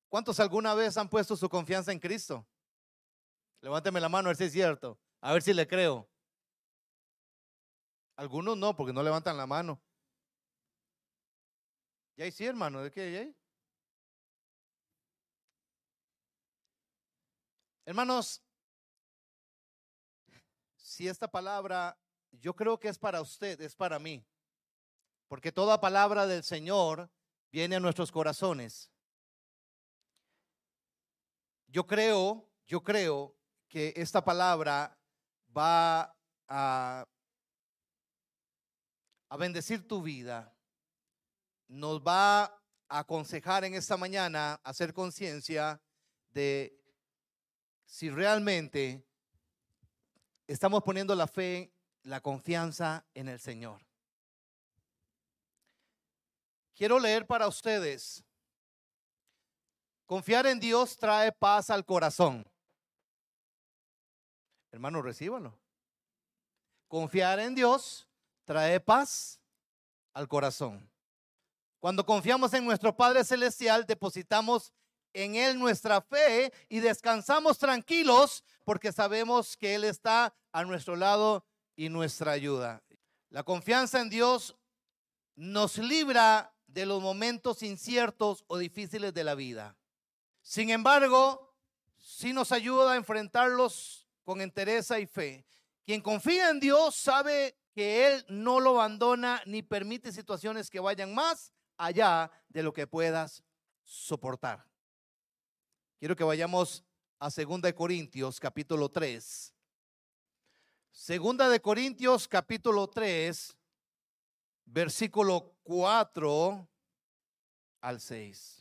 ¿Cuántos alguna vez han puesto su confianza en Cristo? Levánteme la mano a ver si es cierto, a ver si le creo. Algunos no, porque no levantan la mano. Ya sí, hermano, ¿de qué? ¿Ya? Hermanos, si esta palabra, yo creo que es para usted, es para mí, porque toda palabra del Señor viene a nuestros corazones. Yo creo que esta palabra va a bendecir tu vida. Nos va a aconsejar en esta mañana, a hacer conciencia de si realmente estamos poniendo la fe, la confianza en el Señor. Quiero leer para ustedes. Confiar en Dios trae paz al corazón. Hermano, recíbanlo. Confiar en Dios trae paz al corazón. Cuando confiamos en nuestro Padre Celestial, depositamos en Él nuestra fe y descansamos tranquilos porque sabemos que Él está a nuestro lado y nuestra ayuda. La confianza en Dios nos libra de los momentos inciertos o difíciles de la vida. Sin embargo, sí nos ayuda a enfrentarlos con entereza y fe. Quien confía en Dios sabe que Él no lo abandona ni permite situaciones que vayan más allá de lo que puedas soportar. Quiero que vayamos a 2 de Corintios capítulo 3. 2 de Corintios capítulo 3, versículo 4 al 6.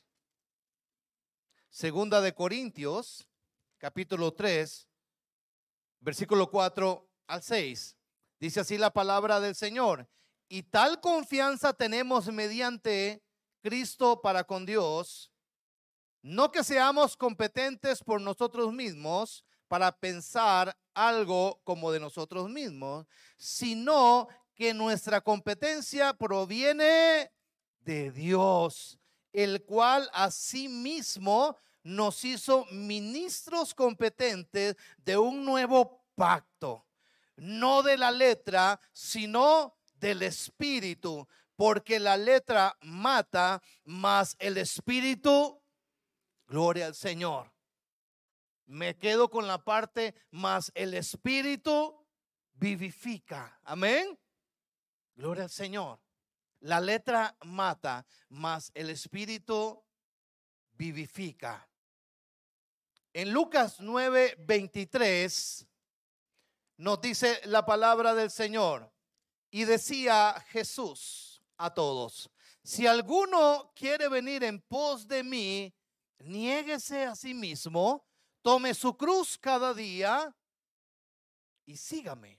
2 de Corintios capítulo 3, versículo 4 al 6. Dice así la palabra del Señor. Y tal confianza tenemos mediante Cristo para con Dios, no que seamos competentes por nosotros mismos para pensar algo como de nosotros mismos, sino que nuestra competencia proviene de Dios, el cual asimismo nos hizo ministros competentes de un nuevo pacto, no de la letra, sino del Espíritu, porque la letra mata, mas el Espíritu, gloria al Señor. Me quedo con la parte, mas el Espíritu vivifica. Amén. Gloria al Señor. La letra mata, mas el Espíritu vivifica. En Lucas 9:23 nos dice la palabra del Señor. Y decía Jesús a todos: si alguno quiere venir en pos de mí, niéguese a sí mismo, tome su cruz cada día y sígame.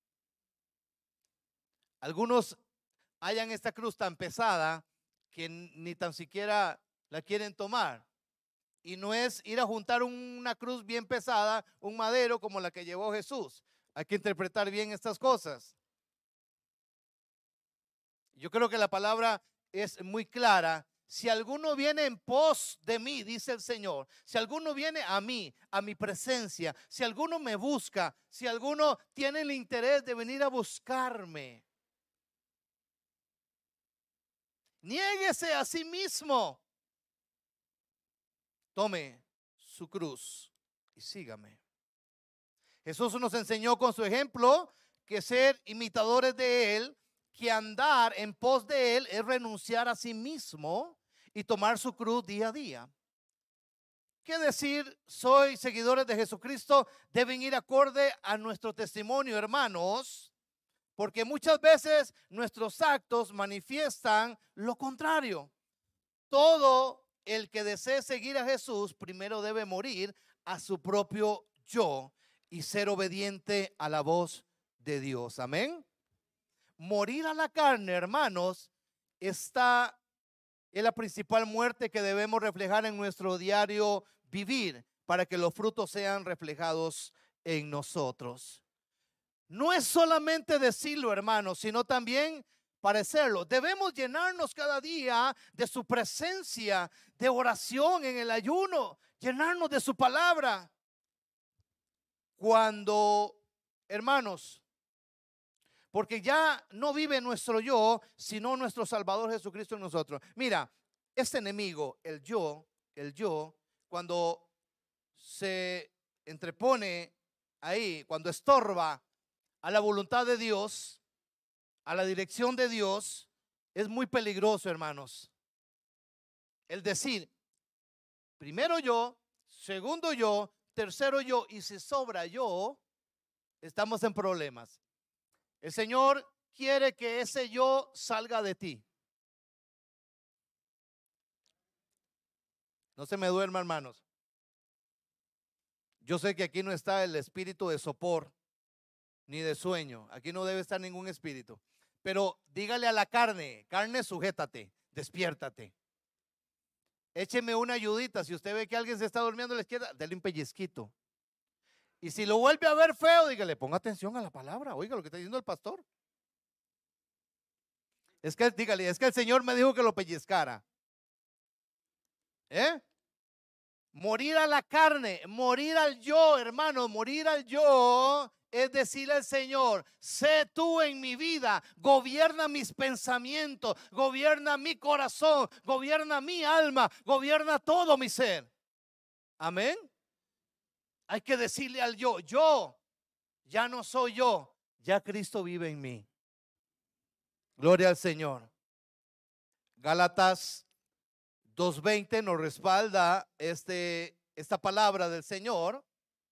Algunos hallan esta cruz tan pesada que ni tan siquiera la quieren tomar. Y no es ir a juntar una cruz bien pesada, un madero como la que llevó Jesús. Hay que interpretar bien estas cosas. Yo creo que la palabra es muy clara. Si alguno viene en pos de mí, dice el Señor, si alguno viene a mí, a mi presencia, si alguno me busca, si alguno tiene el interés de venir a buscarme, niéguese a sí mismo, tome su cruz y sígame. Jesús nos enseñó con su ejemplo que ser imitadores de Él, que andar en pos de Él es renunciar a sí mismo y tomar su cruz día a día. ¿Qué decir? Soy seguidores de Jesucristo, deben ir acorde a nuestro testimonio, hermanos, porque muchas veces nuestros actos manifiestan lo contrario. Todo el que desee seguir a Jesús primero debe morir a su propio yo y ser obediente a la voz de Dios. Amén. Morir a la carne, hermanos, es la principal muerte que debemos reflejar en nuestro diario vivir para que los frutos sean reflejados en nosotros. No es solamente decirlo, hermanos, sino también parecerlo. Debemos llenarnos cada día de su presencia, de oración en el ayuno, llenarnos de su palabra. Cuando, hermanos, porque ya no vive nuestro yo, sino nuestro Salvador Jesucristo en nosotros. Mira, este enemigo, el yo, cuando se entrepone ahí, cuando estorba a la voluntad de Dios, a la dirección de Dios, es muy peligroso, hermanos. El decir, primero yo, segundo yo, tercero yo, y si sobra yo, estamos en problemas. El Señor quiere que ese yo salga de ti. No se me duerma, hermanos. Yo sé que aquí no está el espíritu de sopor ni de sueño. Aquí no debe estar ningún espíritu. Pero dígale a la carne, carne, sujétate, despiértate. Écheme una ayudita. Si usted ve que alguien se está durmiendo a la izquierda, dele un pellizquito. Y si lo vuelve a ver feo, dígale, ponga atención a la palabra. Oiga lo que está diciendo el pastor. Dígale, es que el Señor me dijo que lo pellizcara. Morir a la carne, morir al yo, hermano, morir al yo es decirle al Señor, sé tú en mi vida, gobierna mis pensamientos, gobierna mi corazón, gobierna mi alma, gobierna todo mi ser. Amén. Hay que decirle al yo ya no soy yo, ya Cristo vive en mí. Gloria al Señor. Gálatas 2:20 nos respalda esta palabra del Señor.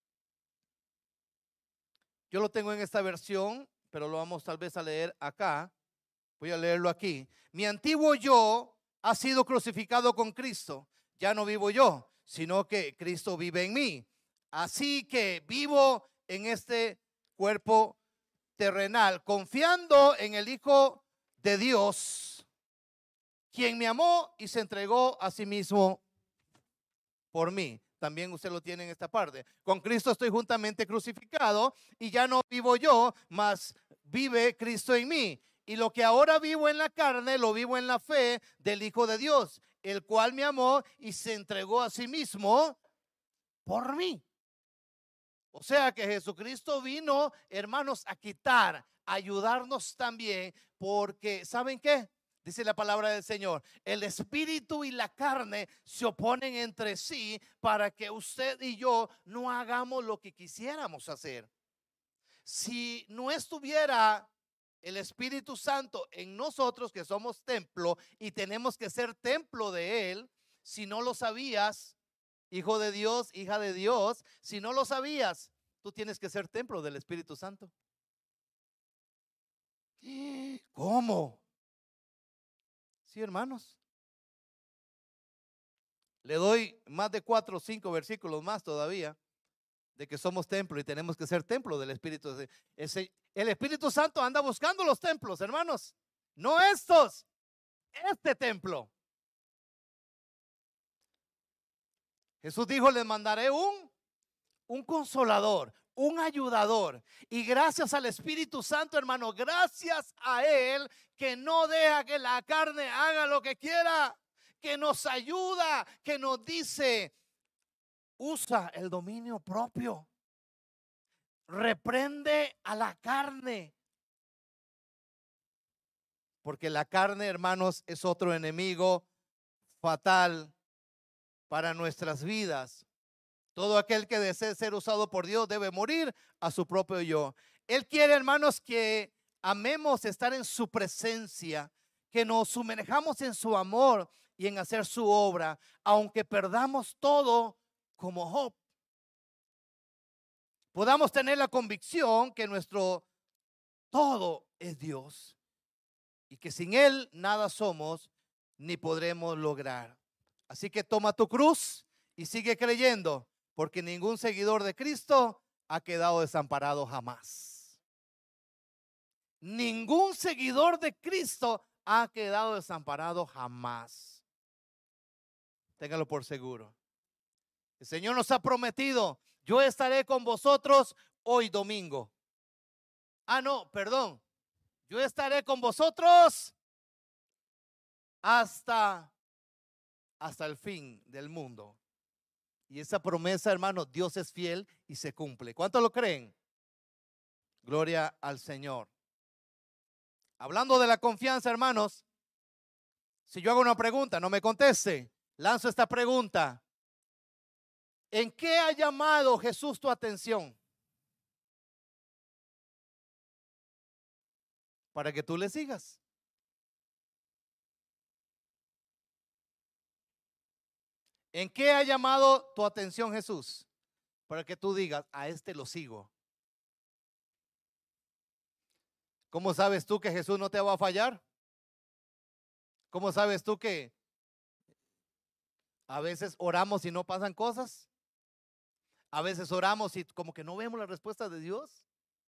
Yo lo tengo en esta versión, pero lo vamos tal vez a leer acá. Voy a leerlo aquí. Mi antiguo yo ha sido crucificado con Cristo. Ya no vivo yo, sino que Cristo vive en mí. Así que vivo en este cuerpo terrenal, confiando en el Hijo de Dios, quien me amó y se entregó a sí mismo por mí. También usted lo tiene en esta parte. Con Cristo estoy juntamente crucificado y ya no vivo yo, mas vive Cristo en mí. Y lo que ahora vivo en la carne, lo vivo en la fe del Hijo de Dios, el cual me amó y se entregó a sí mismo por mí. O sea que Jesucristo vino, hermanos, a quitar, a ayudarnos también, porque ¿saben qué? Dice la palabra del Señor, el espíritu y la carne se oponen entre sí para que usted y yo no hagamos lo que quisiéramos hacer. Si no estuviera el Espíritu Santo en nosotros, que somos templo y tenemos que ser templo de Él, si no lo sabías, hijo de Dios, hija de Dios, si no lo sabías, tú tienes que ser templo del Espíritu Santo. ¿Cómo? Sí, hermanos. Le doy más de 4 o 5 versículos más todavía de que somos templo y tenemos que ser templo del Espíritu. El Espíritu Santo anda buscando los templos, hermanos. No estos, este templo. Jesús dijo, les mandaré un consolador, un ayudador. Y gracias al Espíritu Santo, hermano, gracias a Él que no deja que la carne haga lo que quiera, que nos ayuda, que nos dice, usa el dominio propio. Reprende a la carne. Porque la carne, hermanos, es otro enemigo fatal para nuestras vidas. Todo aquel que desee ser usado por Dios debe morir a su propio yo. Él quiere, hermanos, que amemos estar en su presencia, que nos sumerjamos en su amor y en hacer su obra, aunque perdamos todo como Job. Podamos tener la convicción que nuestro todo es Dios y que sin Él nada somos ni podremos lograr. Así que toma tu cruz y sigue creyendo, porque ningún seguidor de Cristo ha quedado desamparado jamás. Ningún seguidor de Cristo ha quedado desamparado jamás. Téngalo por seguro. El Señor nos ha prometido, yo estaré con vosotros hoy domingo. No, perdón. yo estaré con vosotros hasta el fin del mundo. Y esa promesa, hermanos, Dios es fiel y se cumple. ¿Cuántos lo creen? Gloria al Señor. Hablando de la confianza, hermanos, si yo hago una pregunta, no me conteste, lanzo esta pregunta. ¿En qué ha llamado Jesús tu atención? Para que tú le sigas. ¿En qué ha llamado tu atención Jesús? Para que tú digas, a este lo sigo. ¿Cómo sabes tú que Jesús no te va a fallar? ¿Cómo sabes tú que a veces oramos y no pasan cosas? A veces oramos y como que no vemos la respuesta de Dios.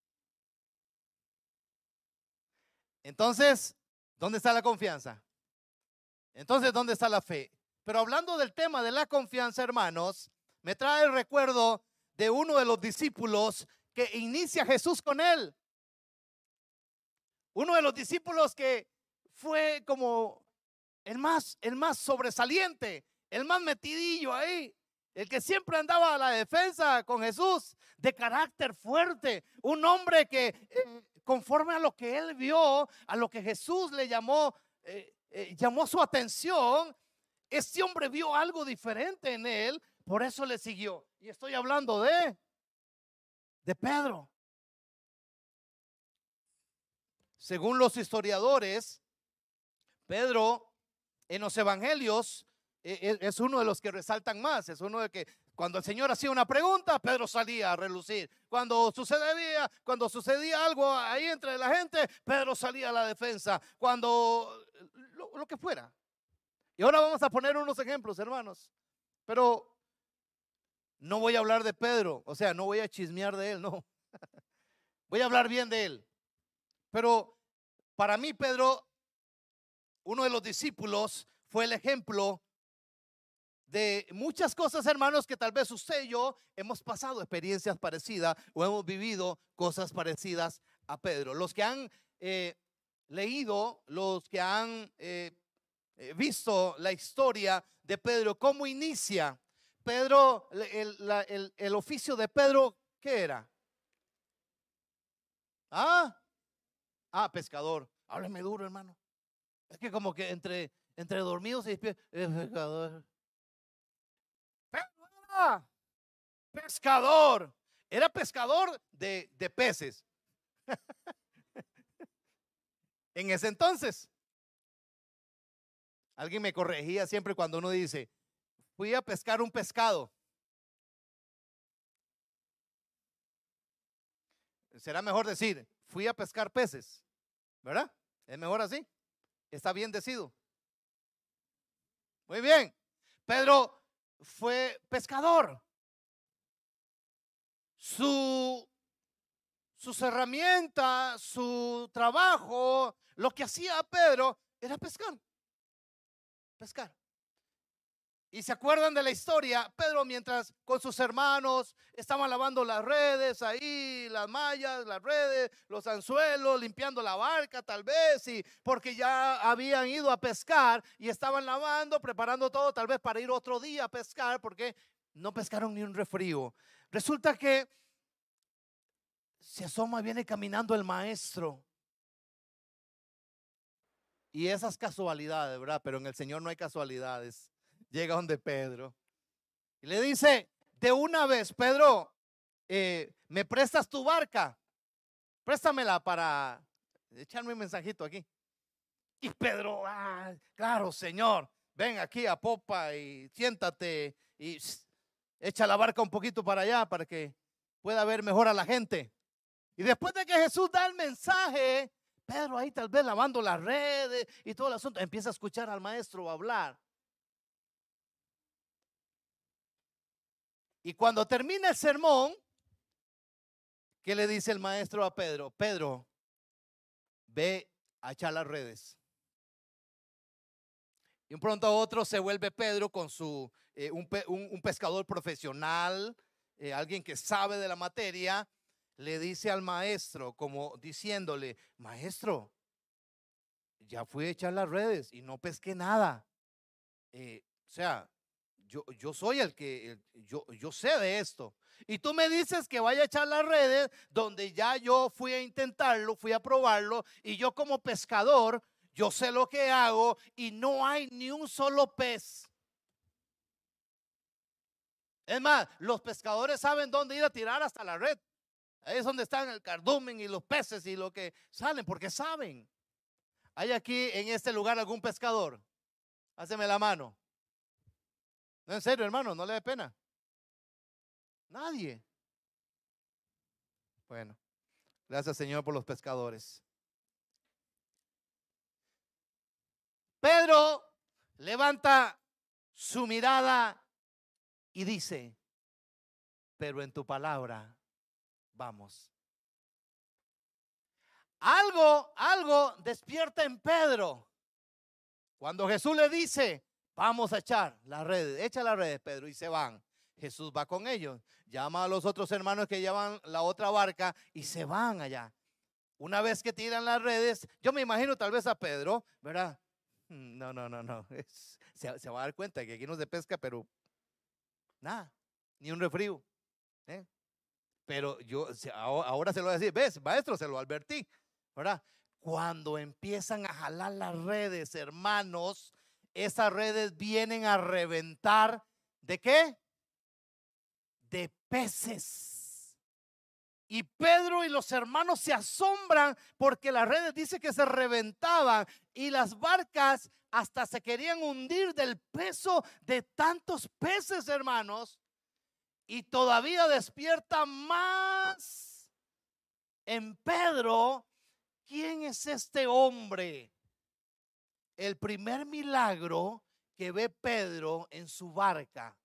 Entonces, ¿dónde está la confianza? Entonces, ¿dónde está la fe? Pero hablando del tema de la confianza, hermanos, me trae el recuerdo de uno de los discípulos que inicia Jesús con él. Uno de los discípulos que fue como el más sobresaliente, el más metidillo ahí, el que siempre andaba a la defensa con Jesús, de carácter fuerte, un hombre que conforme a lo que él vio, a lo que Jesús le llamó su atención, este hombre vio algo diferente en él, por eso le siguió. Y estoy hablando de Pedro. Según los historiadores, Pedro en los evangelios es uno de los que resaltan más. Es uno de que cuando el Señor hacía una pregunta, Pedro salía a relucir. Cuando sucedía algo ahí entre la gente, Pedro salía a la defensa. Cuando lo que fuera. Y ahora vamos a poner unos ejemplos, hermanos. Pero no voy a hablar de Pedro, o sea, no voy a chismear de él, no. Voy a hablar bien de él. Pero para mí, Pedro, uno de los discípulos, fue el ejemplo de muchas cosas, hermanos, que tal vez usted y yo hemos pasado experiencias parecidas o hemos vivido cosas parecidas a Pedro. Los que han leído, los que han visto la historia de Pedro, cómo inicia Pedro, el oficio de Pedro, ¿qué era? Pescador. Hábleme duro, hermano. Es que como que entre dormidos y despiertos, pescador. Pedro era pescador. Era pescador de peces. En ese entonces. Alguien me corregía siempre cuando uno dice, fui a pescar un pescado. Será mejor decir, fui a pescar peces, ¿verdad? Es mejor así. Está bien decidido. Muy bien. Pedro fue pescador. Sus herramientas, su trabajo, lo que hacía Pedro era pescar. Y se acuerdan de la historia, Pedro mientras con sus hermanos estaban lavando las redes ahí, las mallas, las redes, los anzuelos, limpiando la barca tal vez, y porque ya habían ido a pescar y estaban lavando, preparando todo tal vez para ir otro día a pescar, porque no pescaron ni un refrío. Resulta que se asoma, viene caminando el maestro. Y esas casualidades, ¿verdad? Pero en el Señor no hay casualidades. Llega donde Pedro y le dice, de una vez, Pedro, ¿me prestas tu barca? Préstamela para echarme un mensajito aquí. Y Pedro, claro, Señor, ven aquí a popa y siéntate y echa la barca un poquito para allá para que pueda ver mejor a la gente. Y después de que Jesús da el mensaje, Pedro ahí tal vez lavando las redes y todo el asunto, empieza a escuchar al maestro hablar. Y cuando termina el sermón, ¿qué le dice el maestro a Pedro? Pedro, ve a echar las redes. Y un pronto a otro se vuelve Pedro con un pescador profesional, alguien que sabe de la materia. le dice al maestro, como diciéndole: maestro, ya fui a echar las redes y no pesqué nada. O sea, yo soy yo sé de esto. Y tú me dices que vaya a echar las redes donde ya yo fui a intentarlo, fui a probarlo, y yo como pescador, yo sé lo que hago y no hay ni un solo pez. Es más, los pescadores saben dónde ir a tirar hasta la red. Ahí es donde están el cardumen y los peces y lo que salen, porque saben. ¿Hay aquí en este lugar algún pescador? Háceme la mano. No, en serio, hermano, no le dé pena. Nadie. Bueno, gracias, Señor, por los pescadores. Pedro levanta su mirada y dice: pero en tu palabra vamos. Algo despierta en Pedro cuando Jesús le dice: vamos a echar las redes, echa las redes, Pedro, y se van. Jesús va con ellos, llama a los otros hermanos que llevan la otra barca y se van allá. Una vez que tiran las redes, yo me imagino tal vez a Pedro, ¿verdad? No. Se va a dar cuenta que aquí no se pesca, pero nada, ni un refrío. Pero ahora se lo voy a decir: ves, maestro, se lo advertí, ¿verdad? Cuando empiezan a jalar las redes, hermanos, esas redes vienen a reventar. ¿De qué? De peces. Y Pedro y los hermanos se asombran porque las redes dice que se reventaban y las barcas hasta se querían hundir del peso de tantos peces, hermanos. Y todavía despierta más en Pedro: ¿quién es este hombre? El primer milagro que ve Pedro en su barca.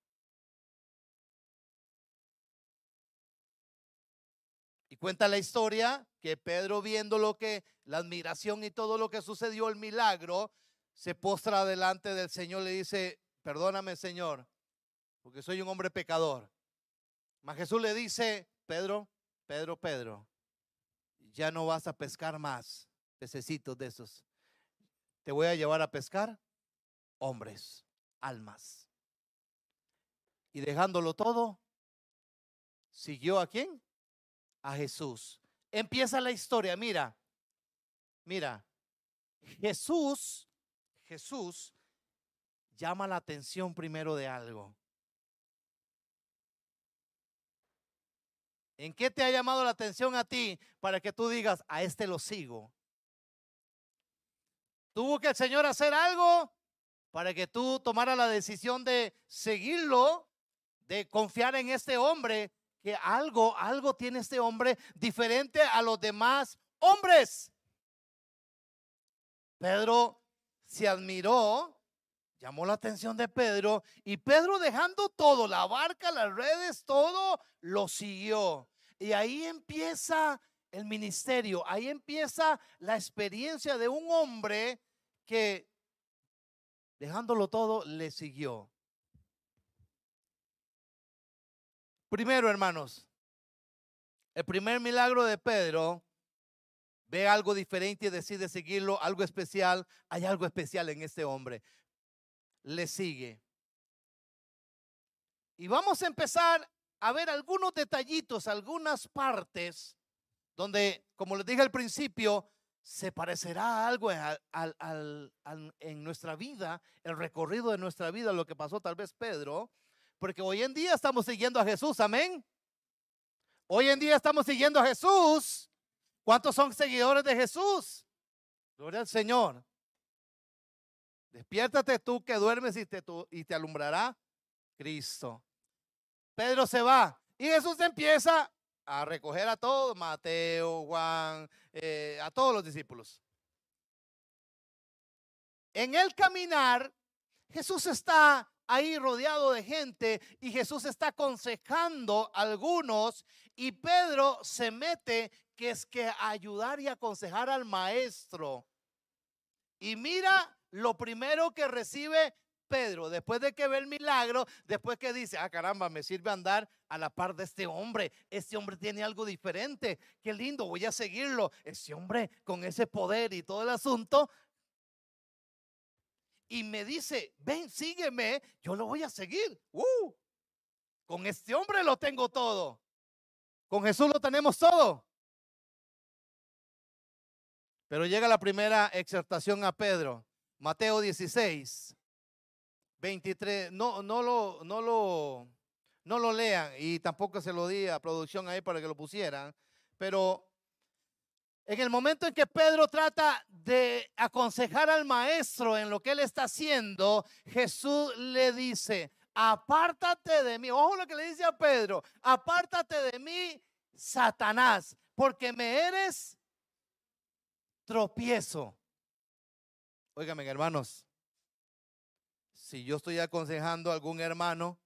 Y cuenta la historia que Pedro, viendo la admiración y todo lo que sucedió, el milagro, se postra delante del Señor, le dice: perdóname, Señor, porque soy un hombre pecador. Mas Jesús le dice: Pedro, ya no vas a pescar más pececitos de esos. Te voy a llevar a pescar hombres, almas. Y dejándolo todo, ¿siguió a quién? A Jesús. Empieza la historia. Mira, Jesús llama la atención primero de algo. ¿En qué te ha llamado la atención a ti para que tú digas: a este lo sigo? ¿Tuvo que el Señor hacer algo para que tú tomaras la decisión de seguirlo, de confiar en este hombre? Que algo tiene este hombre diferente a los demás hombres. Pedro se admiró, llamó la atención de Pedro, y Pedro, dejando todo, la barca, las redes, todo, lo siguió. Y ahí empieza el ministerio, ahí empieza la experiencia de un hombre que, dejándolo todo, le siguió. Primero, hermanos, el primer milagro de Pedro: ve algo diferente y decide seguirlo, algo especial. Hay algo especial en este hombre. Le sigue. Y vamos a empezar a ver algunos detallitos, algunas partes donde, como les dije al principio, se parecerá a algo en nuestra vida, el recorrido de nuestra vida, lo que pasó tal vez Pedro, porque hoy en día estamos siguiendo a Jesús, amén. Hoy en día estamos siguiendo a Jesús. ¿Cuántos son seguidores de Jesús? Gloria al Señor. Despiértate tú que duermes y te alumbrará Cristo. Pedro se va y Jesús empieza a recoger a todos: Mateo, Juan, a todos los discípulos. En el caminar, Jesús está ahí rodeado de gente y Jesús está aconsejando a algunos, y Pedro se mete, que es que ayudar y aconsejar al maestro. Y mira lo primero que recibe Pedro, después de que ve el milagro, después que dice, ah, caramba, me sirve andar a la par de este hombre tiene algo diferente, qué lindo, voy a seguirlo, ese hombre con ese poder y todo el asunto, y me dice, ven, sígueme, yo lo voy a seguir. Con este hombre lo tengo todo, con Jesús lo tenemos todo. Pero llega la primera exhortación a Pedro, Mateo 16, 23, no lo lean y tampoco se lo di a producción ahí para que lo pusieran, pero en el momento en que Pedro trata de aconsejar al maestro en lo que él está haciendo, Jesús le dice, apártate de mí, ojo lo que le dice a Pedro, apártate de mí, Satanás, porque me eres tropiezo. Óigame, hermanos, si yo estoy aconsejando a algún hermano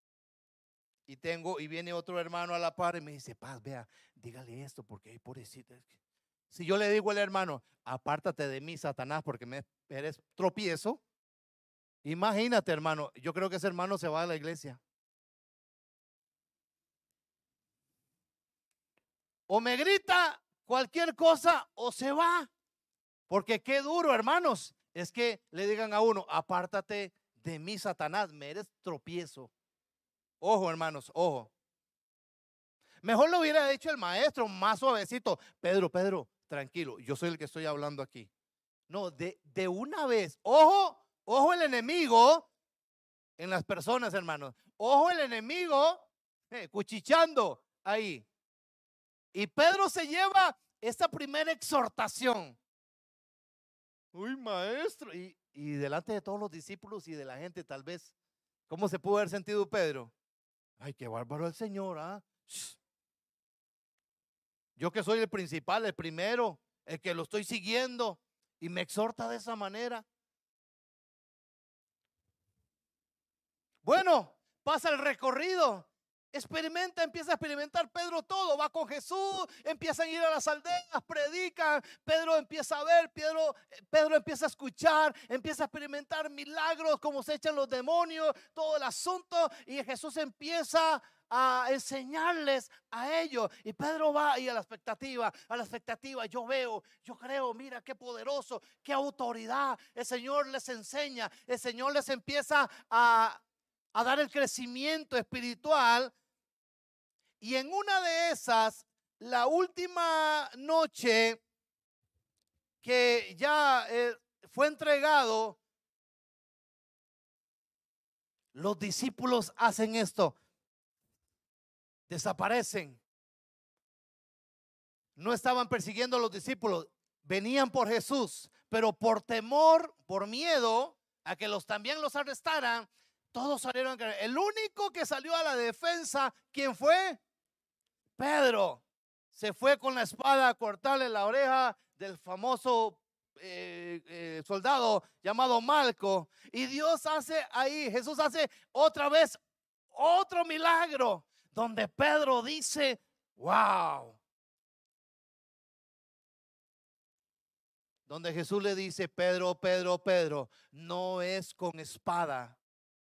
y viene otro hermano a la par y me dice, Paz, vea, dígale esto porque hay pobrecita. Si yo le digo al hermano, apártate de mí, Satanás, porque me eres tropiezo, imagínate, hermano, yo creo que ese hermano se va a la iglesia. O me grita cualquier cosa o se va. Porque qué duro, hermanos, es que le digan a uno, apártate de mí, Satanás, me eres tropiezo. Ojo, hermanos, ojo. Mejor lo hubiera dicho el maestro, más suavecito. Pedro, tranquilo, yo soy el que estoy hablando aquí. No, de una vez. Ojo el enemigo en las personas, hermanos. Ojo el enemigo cuchicheando ahí. Y Pedro se lleva esta primera exhortación. Uy, maestro. Y delante de todos los discípulos y de la gente, tal vez, ¿cómo se pudo haber sentido Pedro? Ay, qué bárbaro el Señor, ¿ah? Yo que soy el principal, el primero, el que lo estoy siguiendo, y me exhorta de esa manera. Bueno, pasa el recorrido. Empieza a experimentar Pedro todo, va con Jesús, empiezan a ir a las aldeas, predican, Pedro empieza a ver, Pedro empieza a escuchar, empieza a experimentar milagros, como se echan los demonios, todo el asunto, y Jesús empieza a enseñarles a ellos, y Pedro va y a la expectativa, yo veo, yo creo, mira qué poderoso, qué autoridad, el Señor les enseña, el Señor les empieza a dar el crecimiento espiritual. Y en una de esas, la última noche que ya fue entregado, los discípulos hacen esto, desaparecen. No estaban persiguiendo a los discípulos, venían por Jesús, pero por temor, por miedo a que también los arrestaran, todos salieron a creer. El único que salió a la defensa, ¿quién fue? Pedro. Se fue con la espada a cortarle la oreja del famoso soldado llamado Malco. Y Jesús hace otra vez otro milagro, donde Pedro dice, wow. Donde Jesús le dice, Pedro, no es con espada,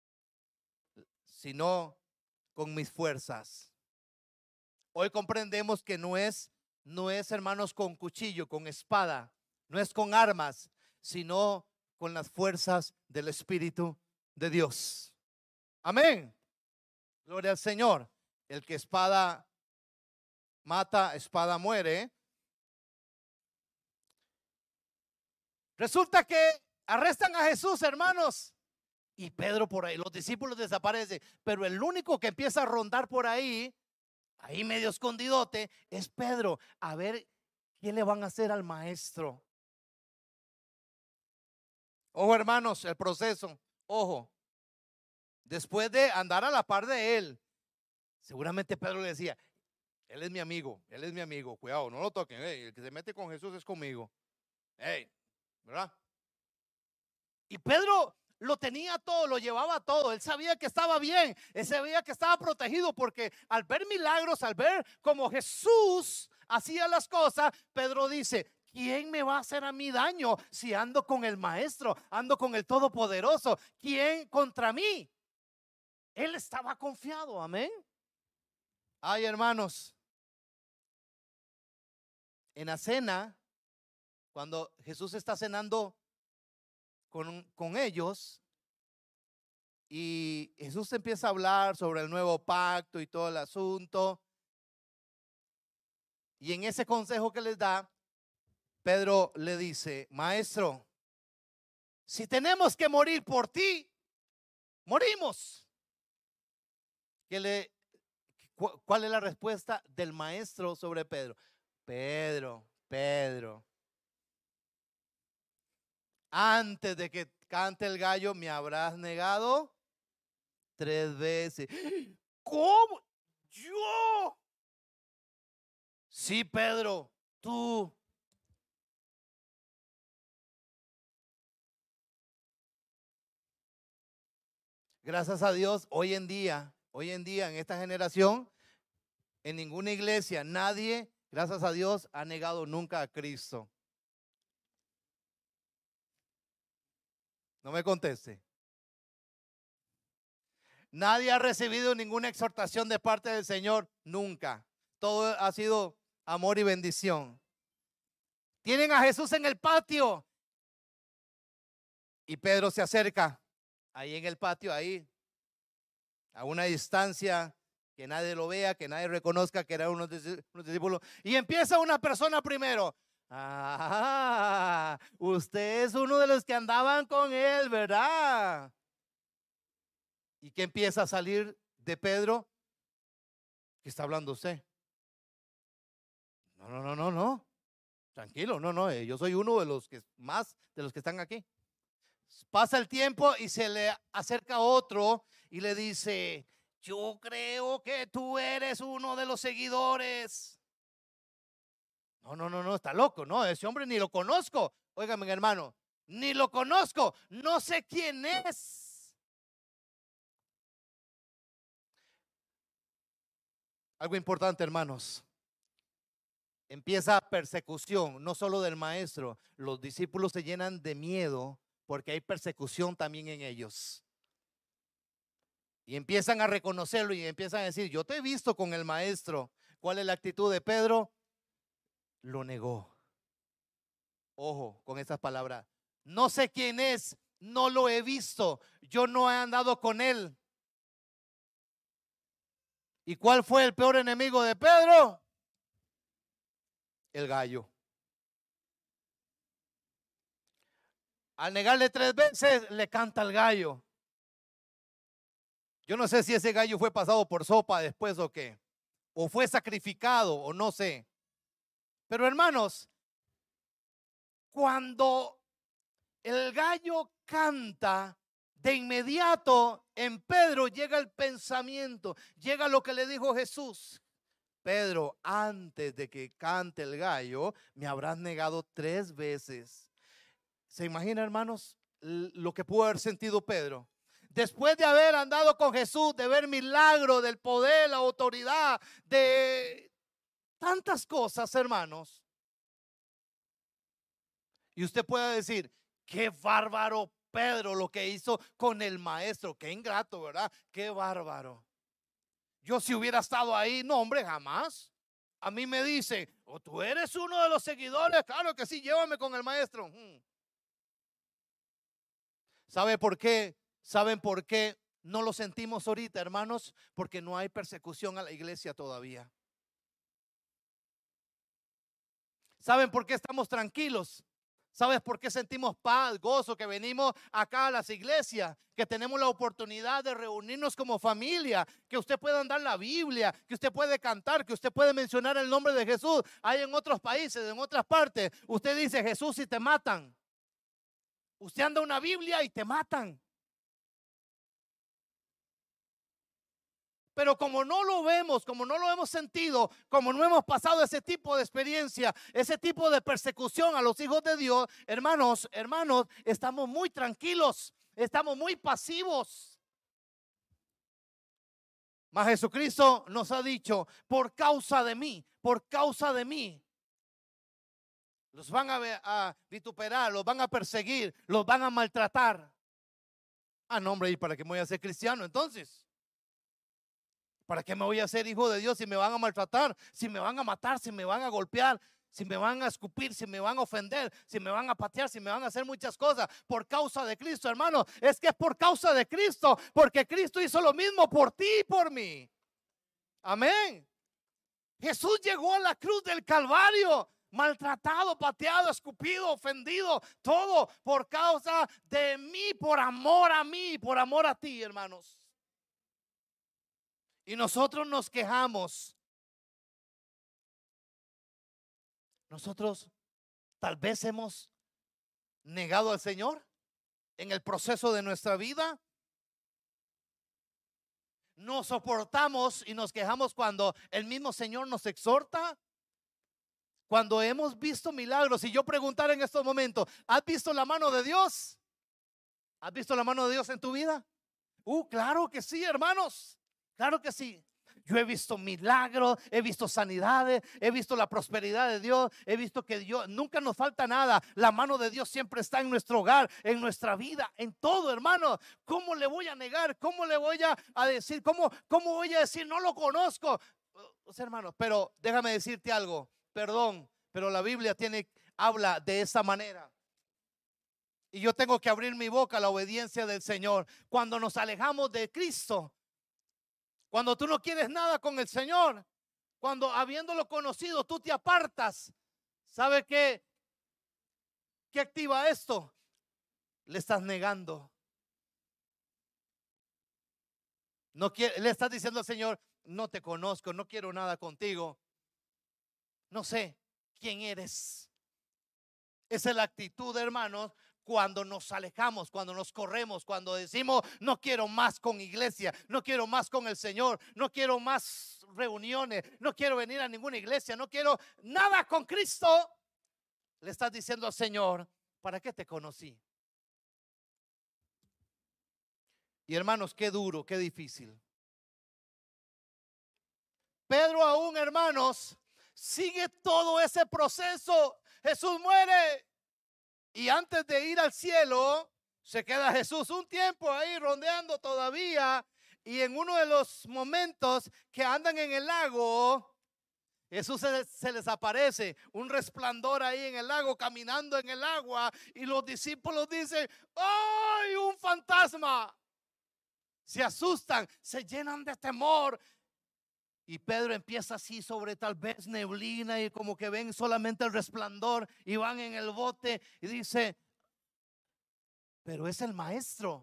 sino con mis fuerzas. Hoy comprendemos que no es, hermanos, con cuchillo, con espada, no es con armas, sino con las fuerzas del Espíritu de Dios. Amén. Gloria al Señor. El que espada mata, espada muere. Resulta que arrestan a Jesús, hermanos, y Pedro por ahí, los discípulos desaparecen, pero el único que empieza a rondar por ahí medio escondidote, es Pedro. A ver, ¿qué le van a hacer al maestro? Ojo, hermanos, el proceso. Ojo. Después de andar a la par de él, seguramente Pedro le decía, él es mi amigo, cuidado, no lo toquen, el que se mete con Jesús es conmigo. ¿Verdad? Y Pedro lo tenía todo, lo llevaba todo. Él sabía que estaba bien, él sabía que estaba protegido, porque al ver milagros, al ver cómo Jesús hacía las cosas, Pedro dice, ¿quién me va a hacer a mí daño si ando con el Maestro, ando con el Todopoderoso? ¿Quién contra mí? Él estaba confiado, amén. Ay, hermanos, en la cena, cuando Jesús está cenando con ellos, y Jesús empieza a hablar sobre el nuevo pacto y todo el asunto, y en ese consejo que les da, Pedro le dice: Maestro, si tenemos que morir por ti, morimos. ¿Cuál es la respuesta del Maestro sobre Pedro? Pedro, antes de que cante el gallo me habrás negado 3 veces. ¿Cómo? ¿Yo? Sí, Pedro, tú. Gracias a Dios, hoy en día, en esta generación, en ninguna iglesia, nadie, gracias a Dios, ha negado nunca a Cristo. No me conteste. Nadie ha recibido ninguna exhortación de parte del Señor, nunca. Todo ha sido amor y bendición. Tienen a Jesús en el patio y Pedro se acerca ahí en el patio, ahí a una distancia, que nadie lo vea, que nadie reconozca que era unos discípulos, y empieza una persona primero. Ah, usted es uno de los que andaban con él, ¿verdad? ¿Y qué empieza a salir de Pedro? ¿Qué está hablando usted? No. Tranquilo, no. Yo soy uno de los que más de los que están aquí. Pasa el tiempo y se le acerca otro y le dice: yo creo que tú eres uno de los seguidores. No, está loco, no, ese hombre ni lo conozco. Óigame, hermano, ni lo conozco, no sé quién es. Algo importante, hermanos. Empieza persecución, no solo del maestro. Los discípulos se llenan de miedo porque hay persecución también en ellos. Y empiezan a reconocerlo y empiezan a decir: yo te he visto con el maestro. ¿Cuál es la actitud de Pedro? Lo negó. Ojo con estas palabras: no sé quién es, no lo he visto, yo no he andado con él. ¿Y cuál fue el peor enemigo de Pedro? El gallo. Al negarle 3 veces, le canta el gallo. Yo no sé si ese gallo fue pasado por sopa después o qué, o fue sacrificado, o no sé. Pero hermanos, cuando el gallo canta, de inmediato en Pedro llega el pensamiento, llega lo que le dijo Jesús: Pedro, antes de que cante el gallo, me habrás negado 3 veces. ¿Se imagina, hermanos, lo que pudo haber sentido Pedro? Después de haber andado con Jesús, de ver milagros, del poder, la autoridad, de tantas cosas, hermanos. Y usted puede decir: qué bárbaro Pedro lo que hizo con el maestro, qué ingrato, ¿verdad? Qué bárbaro. Yo si hubiera estado ahí, no, hombre, jamás. A mí me dice: oh, tú eres uno de los seguidores, claro que sí, llévame con el maestro. ¿Sabe por qué? ¿Saben por qué no lo sentimos ahorita, hermanos? Porque no hay persecución a la iglesia todavía. ¿Saben por qué estamos tranquilos? ¿Sabes por qué sentimos paz, gozo, que venimos acá a las iglesias, que tenemos la oportunidad de reunirnos como familia, que usted pueda andar la Biblia, que usted puede cantar, que usted puede mencionar el nombre de Jesús? Hay en otros países, en otras partes, usted dice Jesús y te matan. Usted anda una Biblia y te matan. Pero como no lo vemos, como no lo hemos sentido, como no hemos pasado ese tipo de experiencia, ese tipo de persecución a los hijos de Dios, hermanos, estamos muy tranquilos, estamos muy pasivos. Mas Jesucristo nos ha dicho: por causa de mí, Los van a vituperar, los van a perseguir, los van a maltratar. Ah, no, hombre, ¿y para qué me voy a hacer cristiano entonces? ¿Para qué me voy a hacer hijo de Dios si me van a maltratar, si me van a matar, si me van a golpear, si me van a escupir, si me van a ofender, si me van a patear, si me van a hacer muchas cosas por causa de Cristo, hermano? Es que es por causa de Cristo, porque Cristo hizo lo mismo por ti y por mí. Amén. Jesús llegó a la cruz del Calvario, maltratado, pateado, escupido, ofendido, todo por causa de mí, por amor a mí, por amor a ti, hermanos. Y nosotros nos quejamos. Nosotros tal vez hemos negado al Señor en el proceso de nuestra vida. No soportamos y nos quejamos cuando el mismo Señor nos exhorta. Cuando hemos visto milagros. Y yo preguntar en estos momentos, ¿has visto la mano de Dios? ¿Has visto la mano de Dios en tu vida? Claro que sí, hermanos. Claro que sí. Yo he visto milagros, he visto sanidades, he visto la prosperidad de Dios, he visto que Dios nunca nos falta nada. La mano de Dios siempre está en nuestro hogar, en nuestra vida, en todo, hermano. ¿Cómo le voy a negar? ¿Cómo le voy a decir? ¿Cómo voy a decir no lo conozco? Hermanos, pero déjame decirte algo. Perdón, pero la Biblia habla de esa manera. Y yo tengo que abrir mi boca a la obediencia del Señor. Cuando nos alejamos de Cristo, cuando tú no quieres nada con el Señor, cuando habiéndolo conocido tú te apartas, ¿sabe qué? ¿Qué activa esto? Le estás negando. Le estás diciendo al Señor, no te conozco, no quiero nada contigo. No sé quién eres. Esa es la actitud, hermanos, cuando nos alejamos, cuando nos corremos, cuando decimos no quiero más con iglesia, no quiero más con el Señor, no quiero más reuniones, no quiero venir a ninguna iglesia, no quiero nada con Cristo. Le estás diciendo al Señor, ¿para qué te conocí? Y hermanos, qué duro, qué difícil. Pedro aún, hermanos, sigue todo ese proceso. Jesús muere. Y antes de ir al cielo, se queda Jesús un tiempo ahí rondeando todavía. Y en uno de los momentos que andan en el lago, Jesús se les aparece un resplandor ahí en el lago, caminando en el agua. Y los discípulos dicen, ¡ay, un fantasma! Se asustan, se llenan de temor. Y Pedro empieza así sobre tal vez neblina y como que ven solamente el resplandor y van en el bote y dice, pero es el maestro.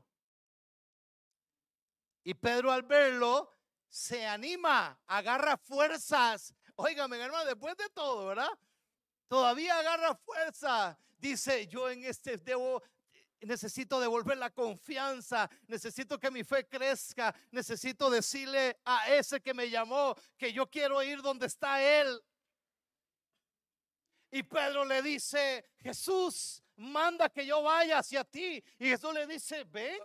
Y Pedro al verlo se anima, agarra fuerzas. Óigame, hermano, después de todo, ¿verdad? Todavía agarra fuerza. Dice, yo en este necesito devolver la confianza, necesito que mi fe crezca, necesito decirle a ese que me llamó que yo quiero ir donde está él. Y Pedro le dice, Jesús, manda que yo vaya hacia ti. Y Jesús le dice, ven.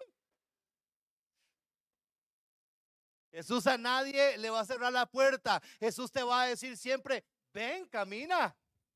Jesús a nadie le va a cerrar la puerta. Jesús te va a decir siempre, ven, camina.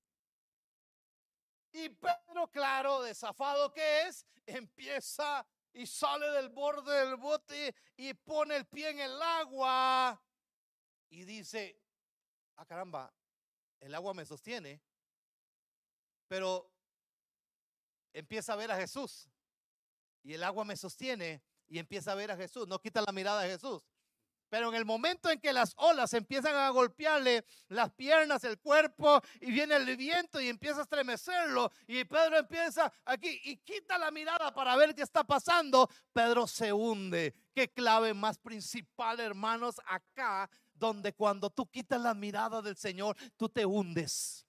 Y Pedro, claro, desafado que es, empieza y sale del borde del bote y pone el pie en el agua y dice, ah, caramba, el agua me sostiene. Pero empieza a ver a Jesús y el agua me sostiene y empieza a ver a Jesús. No quita la mirada de Jesús. Pero en el momento en que las olas empiezan a golpearle las piernas, el cuerpo, y viene el viento y empieza a estremecerlo, y Pedro empieza aquí y quita la mirada para ver qué está pasando, Pedro se hunde. Qué clave más principal, hermanos, acá, donde cuando tú quitas la mirada del Señor, tú te hundes.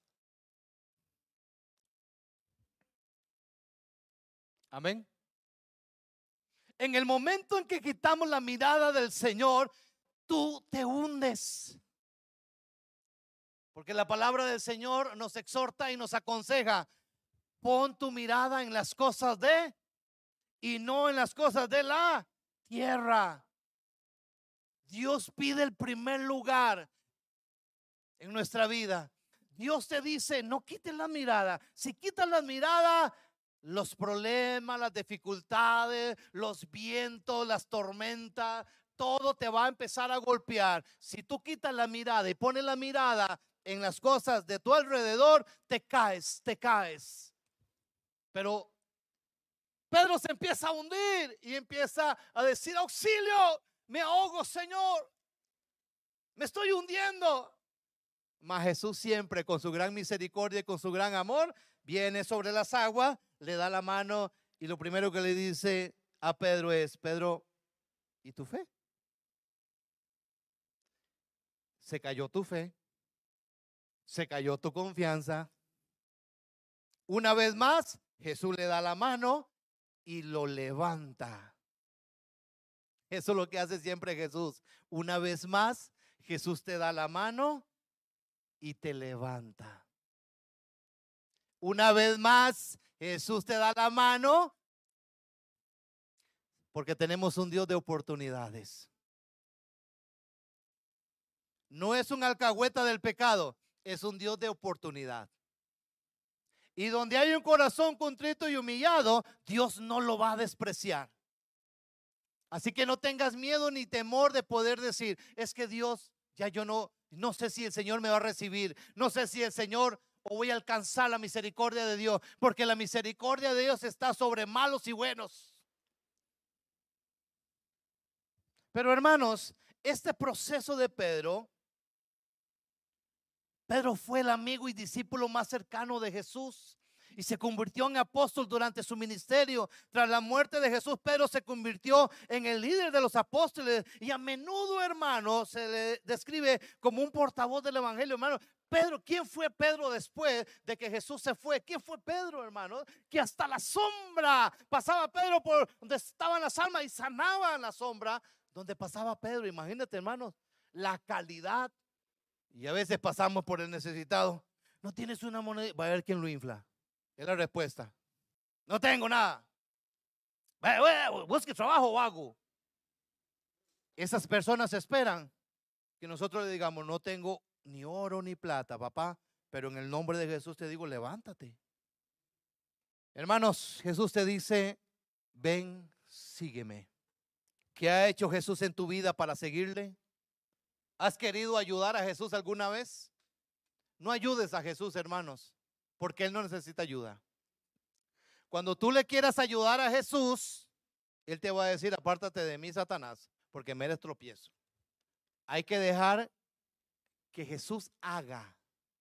Amén. En el momento en que quitamos la mirada del Señor, tú te hundes. Porque la palabra del Señor nos exhorta y nos aconseja, pon tu mirada en las cosas de y no en las cosas de la tierra. Dios pide el primer lugar en nuestra vida. Dios te dice, no quites la mirada. Si quitas la mirada, los problemas, las dificultades, los vientos, las tormentas, todo te va a empezar a golpear. Si tú quitas la mirada y pones la mirada en las cosas de tu alrededor, te caes, te caes. Pero Pedro se empieza a hundir y empieza a decir, auxilio, me ahogo, Señor, me estoy hundiendo. Mas Jesús siempre con su gran misericordia y con su gran amor viene sobre las aguas, le da la mano y lo primero que le dice a Pedro es, Pedro, ¿y tu fe? Se cayó tu fe, se cayó tu confianza. Una vez más, Jesús le da la mano y lo levanta. Eso es lo que hace siempre Jesús. Una vez más, Jesús te da la mano y te levanta. Una vez más, Jesús te da la mano, porque tenemos un Dios de oportunidades. No es un alcahueta del pecado, es un Dios de oportunidad. Y donde hay un corazón contrito y humillado, Dios no lo va a despreciar. Así que no tengas miedo ni temor de poder decir, es que Dios, ya yo no sé si el Señor me va a recibir, no sé si el Señor o voy a alcanzar la misericordia de Dios, porque la misericordia de Dios está sobre malos y buenos. Pero hermanos, este proceso de Pedro fue el amigo y discípulo más cercano de Jesús y se convirtió en apóstol durante su ministerio. Tras la muerte de Jesús, Pedro se convirtió en el líder de los apóstoles y a menudo, hermano, se le describe como un portavoz del evangelio, hermano. Pedro, ¿quién fue Pedro después de que Jesús se fue? ¿Quién fue Pedro, hermano? Que hasta la sombra pasaba Pedro por donde estaban las almas y sanaban la sombra donde pasaba Pedro. Imagínate, hermanos, la calidad. Y a veces pasamos por el necesitado. No tienes una moneda, va a ver quién lo infla. Es la respuesta. No tengo nada. Busque trabajo o hago. Esas personas esperan que nosotros le digamos, no tengo ni oro ni plata, papá, pero en el nombre de Jesús te digo, levántate. Hermanos, Jesús te dice, ven, sígueme. ¿Qué ha hecho Jesús en tu vida para seguirle? ¿Has querido ayudar a Jesús alguna vez? No ayudes a Jesús, hermanos, porque Él no necesita ayuda. Cuando tú le quieras ayudar a Jesús, Él te va a decir, apártate de mí, Satanás, porque me eres tropiezo. Hay que dejar que Jesús haga.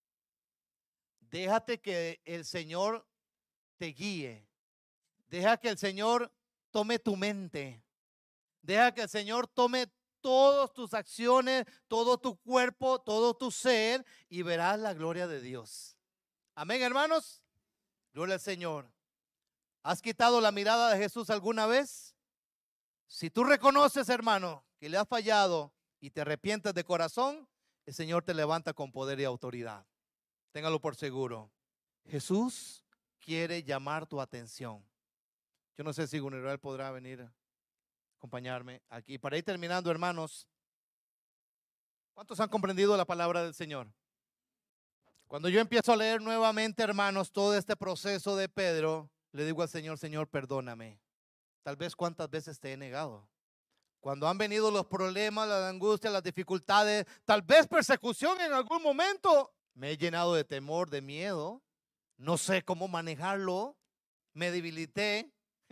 Déjate que el Señor te guíe. Deja que el Señor tome tu mente. Deja que el Señor tome todas tus acciones, todo tu cuerpo, todo tu ser y verás la gloria de Dios. Amén, hermanos. Gloria al Señor. ¿Has quitado la mirada de Jesús alguna vez? Si tú reconoces, hermano, que le has fallado y te arrepientes de corazón, el Señor te levanta con poder y autoridad. Téngalo por seguro. Jesús quiere llamar tu atención. Yo no sé si Gunneral podrá venir a acompañarme aquí. Para ir terminando, hermanos, ¿cuántos han comprendido la palabra del Señor? Cuando yo empiezo a leer nuevamente, hermanos, todo este proceso de Pedro, le digo al Señor, Señor, perdóname. Tal vez cuántas veces te he negado. Cuando han venido los problemas, las angustias, las dificultades, tal vez persecución en algún momento, me he llenado de temor, de miedo. No sé cómo manejarlo. Me debilité.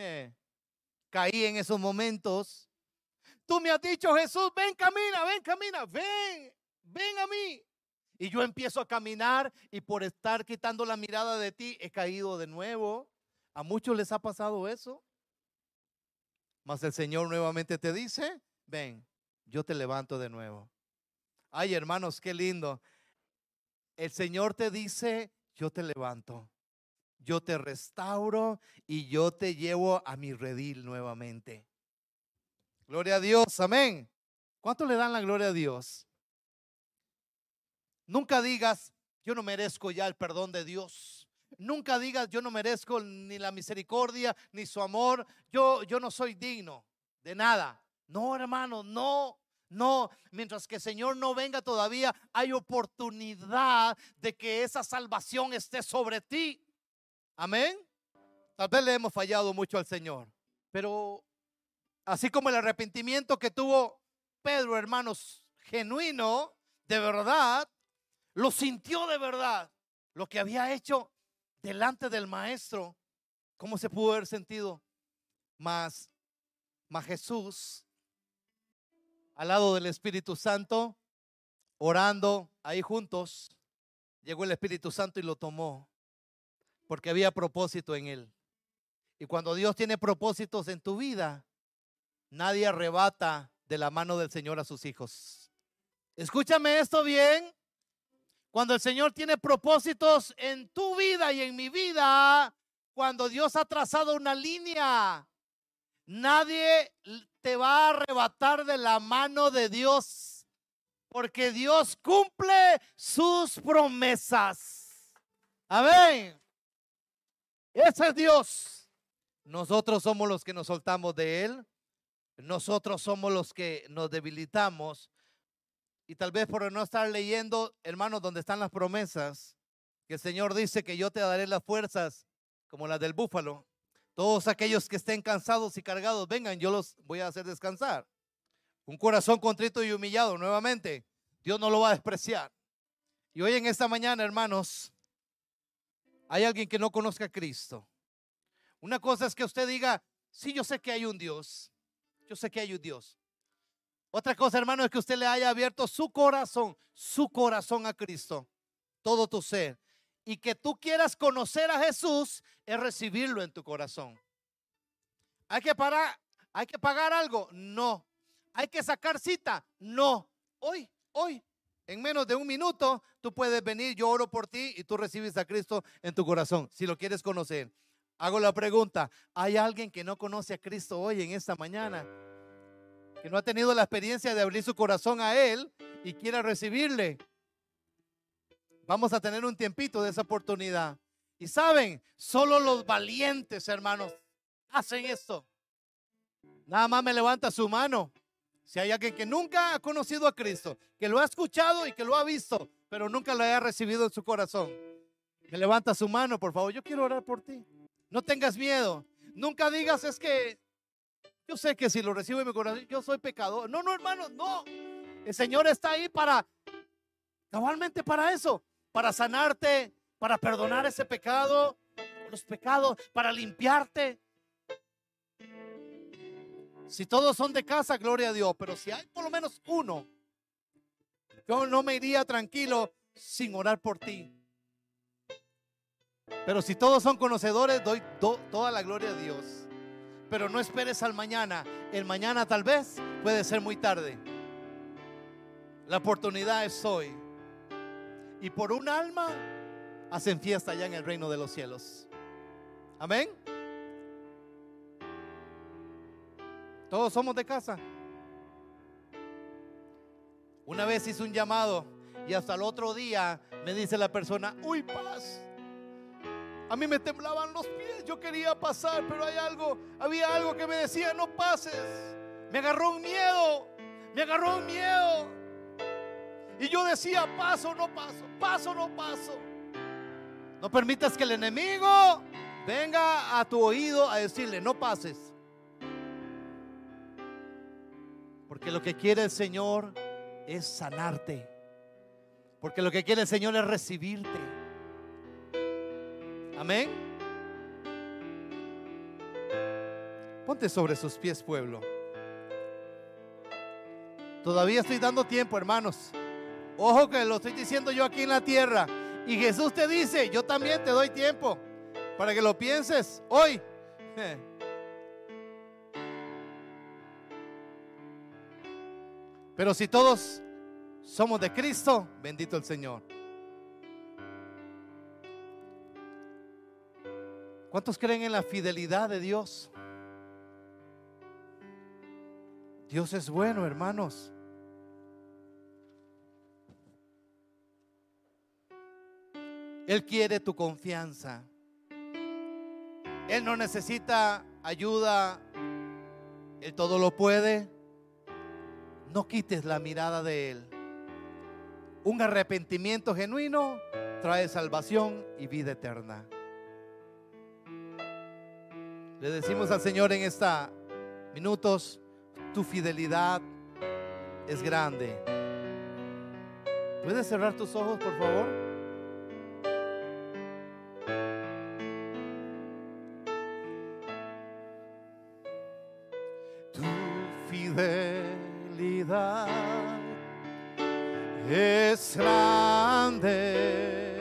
Caí en esos momentos. Tú me has dicho, Jesús, ven, camina, ven a mí. Y yo empiezo a caminar y por estar quitando la mirada de ti, he caído de nuevo. A muchos les ha pasado eso. Mas el Señor nuevamente te dice, ven, yo te levanto de nuevo. Ay, hermanos, qué lindo. El Señor te dice, yo te levanto, yo te restauro y yo te llevo a mi redil nuevamente. Gloria a Dios, amén. ¿Cuánto le dan la gloria a Dios? Nunca digas, yo no merezco ya el perdón de Dios. Nunca digas, yo no merezco ni la misericordia, ni su amor. Yo no soy digno de nada. No, hermano, no. No, mientras que el Señor no venga todavía, hay oportunidad de que esa salvación esté sobre ti. Amén. Tal vez le hemos fallado mucho al Señor, pero así como el arrepentimiento que tuvo Pedro, hermanos, genuino, de verdad, lo sintió de verdad, lo que había hecho delante del maestro, ¿cómo se pudo haber sentido? Mas Jesús, al lado del Espíritu Santo, orando ahí juntos, llegó el Espíritu Santo y lo tomó, porque había propósito en él. Y cuando Dios tiene propósitos en tu vida, nadie arrebata de la mano del Señor a sus hijos. Escúchame esto bien. Cuando el Señor tiene propósitos en tu vida y en mi vida, cuando Dios ha trazado una línea, nadie te va a arrebatar de la mano de Dios, porque Dios cumple sus promesas. Amén. Ese es Dios. Nosotros somos los que nos soltamos de Él. Nosotros somos los que nos debilitamos. Y tal vez por no estar leyendo, hermanos, donde están las promesas, que el Señor dice que yo te daré las fuerzas como las del búfalo. Todos aquellos que estén cansados y cargados, vengan, yo los voy a hacer descansar. Un corazón contrito y humillado, nuevamente, Dios no lo va a despreciar. Y hoy en esta mañana, hermanos, hay alguien que no conozca a Cristo. Una cosa es que usted diga, sí, yo sé que hay un Dios. Yo sé que hay un Dios. Otra cosa, hermano, es que usted le haya abierto su corazón a Cristo, todo tu ser. Y que tú quieras conocer a Jesús es recibirlo en tu corazón. ¿Hay que pagar algo? No. ¿Hay que sacar cita? No. Hoy, en menos de un minuto, tú puedes venir, yo oro por ti y tú recibes a Cristo en tu corazón, si lo quieres conocer. Hago la pregunta, ¿hay alguien que no conoce a Cristo hoy en esta mañana? Que no ha tenido la experiencia de abrir su corazón a Él y quiera recibirle. Vamos a tener un tiempito de esa oportunidad. Y saben, solo los valientes, hermanos, hacen esto. Nada más me levanta su mano. Si hay alguien que nunca ha conocido a Cristo, que lo ha escuchado y que lo ha visto, pero nunca lo haya recibido en su corazón, me levanta su mano, por favor. Yo quiero orar por ti. No tengas miedo. Nunca digas, es que yo sé que si lo recibo en mi corazón, yo soy pecador. No, hermano, no. El Señor está ahí cabalmente para eso, para sanarte, para perdonar ese pecado, los pecados, para limpiarte. Si todos son de casa, gloria a Dios, pero si hay por lo menos uno, yo no me iría tranquilo sin orar por ti. Pero si todos son conocedores, doy toda la gloria a Dios. Pero no esperes al mañana. El mañana tal vez puede ser muy tarde. La oportunidad es hoy. Y por un alma hacen fiesta allá en el reino de los cielos. Amén. Todos somos de casa. Una vez hice un llamado y hasta el otro día me dice la persona, uy, paz. A mí me temblaban los pies, yo quería pasar, pero había algo que me decía, no pases. Me agarró un miedo. Y yo decía, paso o no paso. No permitas que el enemigo venga a tu oído a decirle, no pases. Porque lo que quiere el Señor es sanarte. Porque lo que quiere el Señor es recibirte. Amén. Ponte sobre sus pies, pueblo. Todavía estoy dando tiempo, hermanos. Ojo que lo estoy diciendo yo aquí en la tierra. Y Jesús te dice, yo también te doy tiempo para que lo pienses hoy. Pero si todos somos de Cristo, bendito el Señor. ¿Cuántos creen en la fidelidad de Dios? Dios es bueno, hermanos. Él quiere tu confianza. Él no necesita ayuda. Él todo lo puede. no quites la mirada de Él. Un arrepentimiento genuino trae salvación y vida eterna. Le decimos al Señor en estos minutos: tu fidelidad es grande. ¿Puedes cerrar tus ojos, por favor? Tu fidelidad es grande.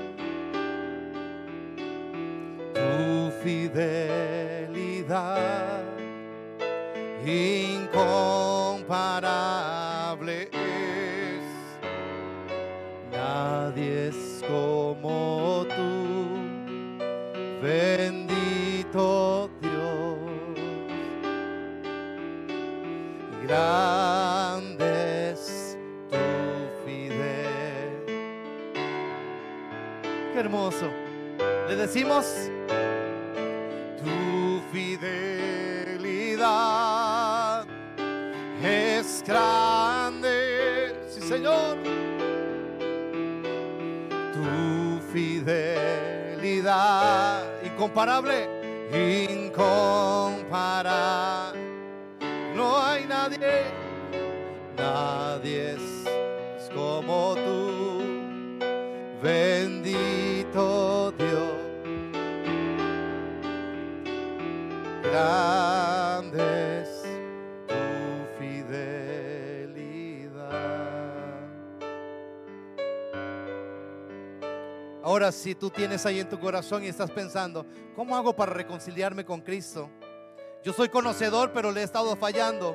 Tu fidelidad incomparable es. Nadie es como tú, bendito Dios. Grande es tu fidelidad. Qué hermoso. Le decimos: tu fidelidad es grande. Sí, Señor. Tu fidelidad incomparable, incomparable. No hay nadie, nadie es como tú, bendito Dios. Grande es tu fidelidad. Ahora, si tú tienes ahí en tu corazón y estás pensando: ¿cómo hago para reconciliarme con Cristo? Yo soy conocedor, pero le he estado fallando.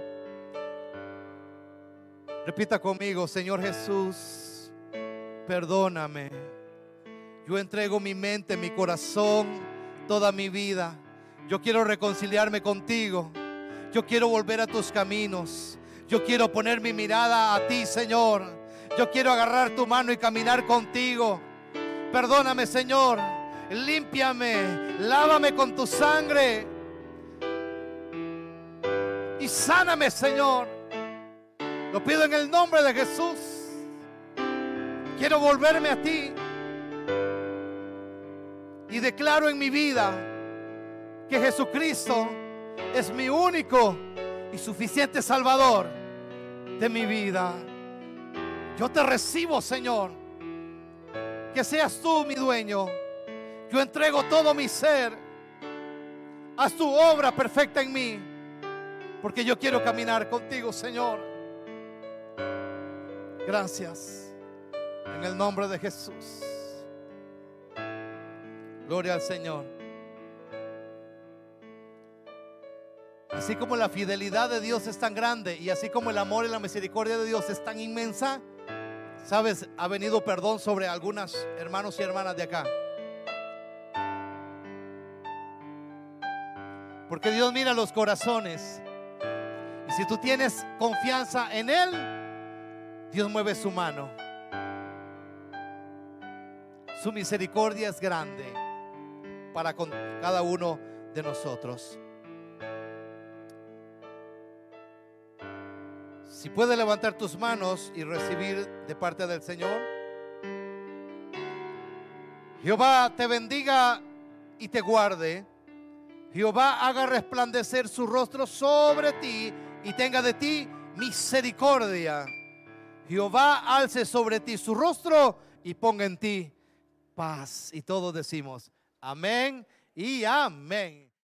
Repita conmigo: Señor Jesús, perdóname. Yo entrego mi mente, mi corazón, toda mi vida. Yo quiero reconciliarme contigo. Yo quiero volver a tus caminos. Yo quiero poner mi mirada a ti, Señor. Yo quiero agarrar tu mano y caminar contigo. Perdóname, Señor. Límpiame, lávame con tu sangre y sáname, Señor. Lo pido en el nombre de Jesús. Quiero volverme a ti y declaro en mi vida que Jesucristo es mi único y suficiente Salvador de mi vida. Yo te recibo, Señor. Que seas tú mi dueño. Yo entrego todo mi ser. Haz tu obra perfecta en mí, porque yo quiero caminar contigo, Señor. Gracias. En el nombre de Jesús. Gloria al Señor. Así como la fidelidad de Dios es tan grande y así como el amor y la misericordia de Dios es tan inmensa, ¿sabes? Ha venido perdón sobre algunos hermanos y hermanas de acá. Porque Dios mira los corazones. Y si tú tienes confianza en Él, Dios mueve su mano. Su misericordia es grande para con cada uno de nosotros. Si puedes levantar tus manos y recibir de parte del Señor. Jehová te bendiga y te guarde. Jehová haga resplandecer su rostro sobre ti y tenga de ti misericordia. Jehová alce sobre ti su rostro y ponga en ti paz. Y todos decimos amén y amén.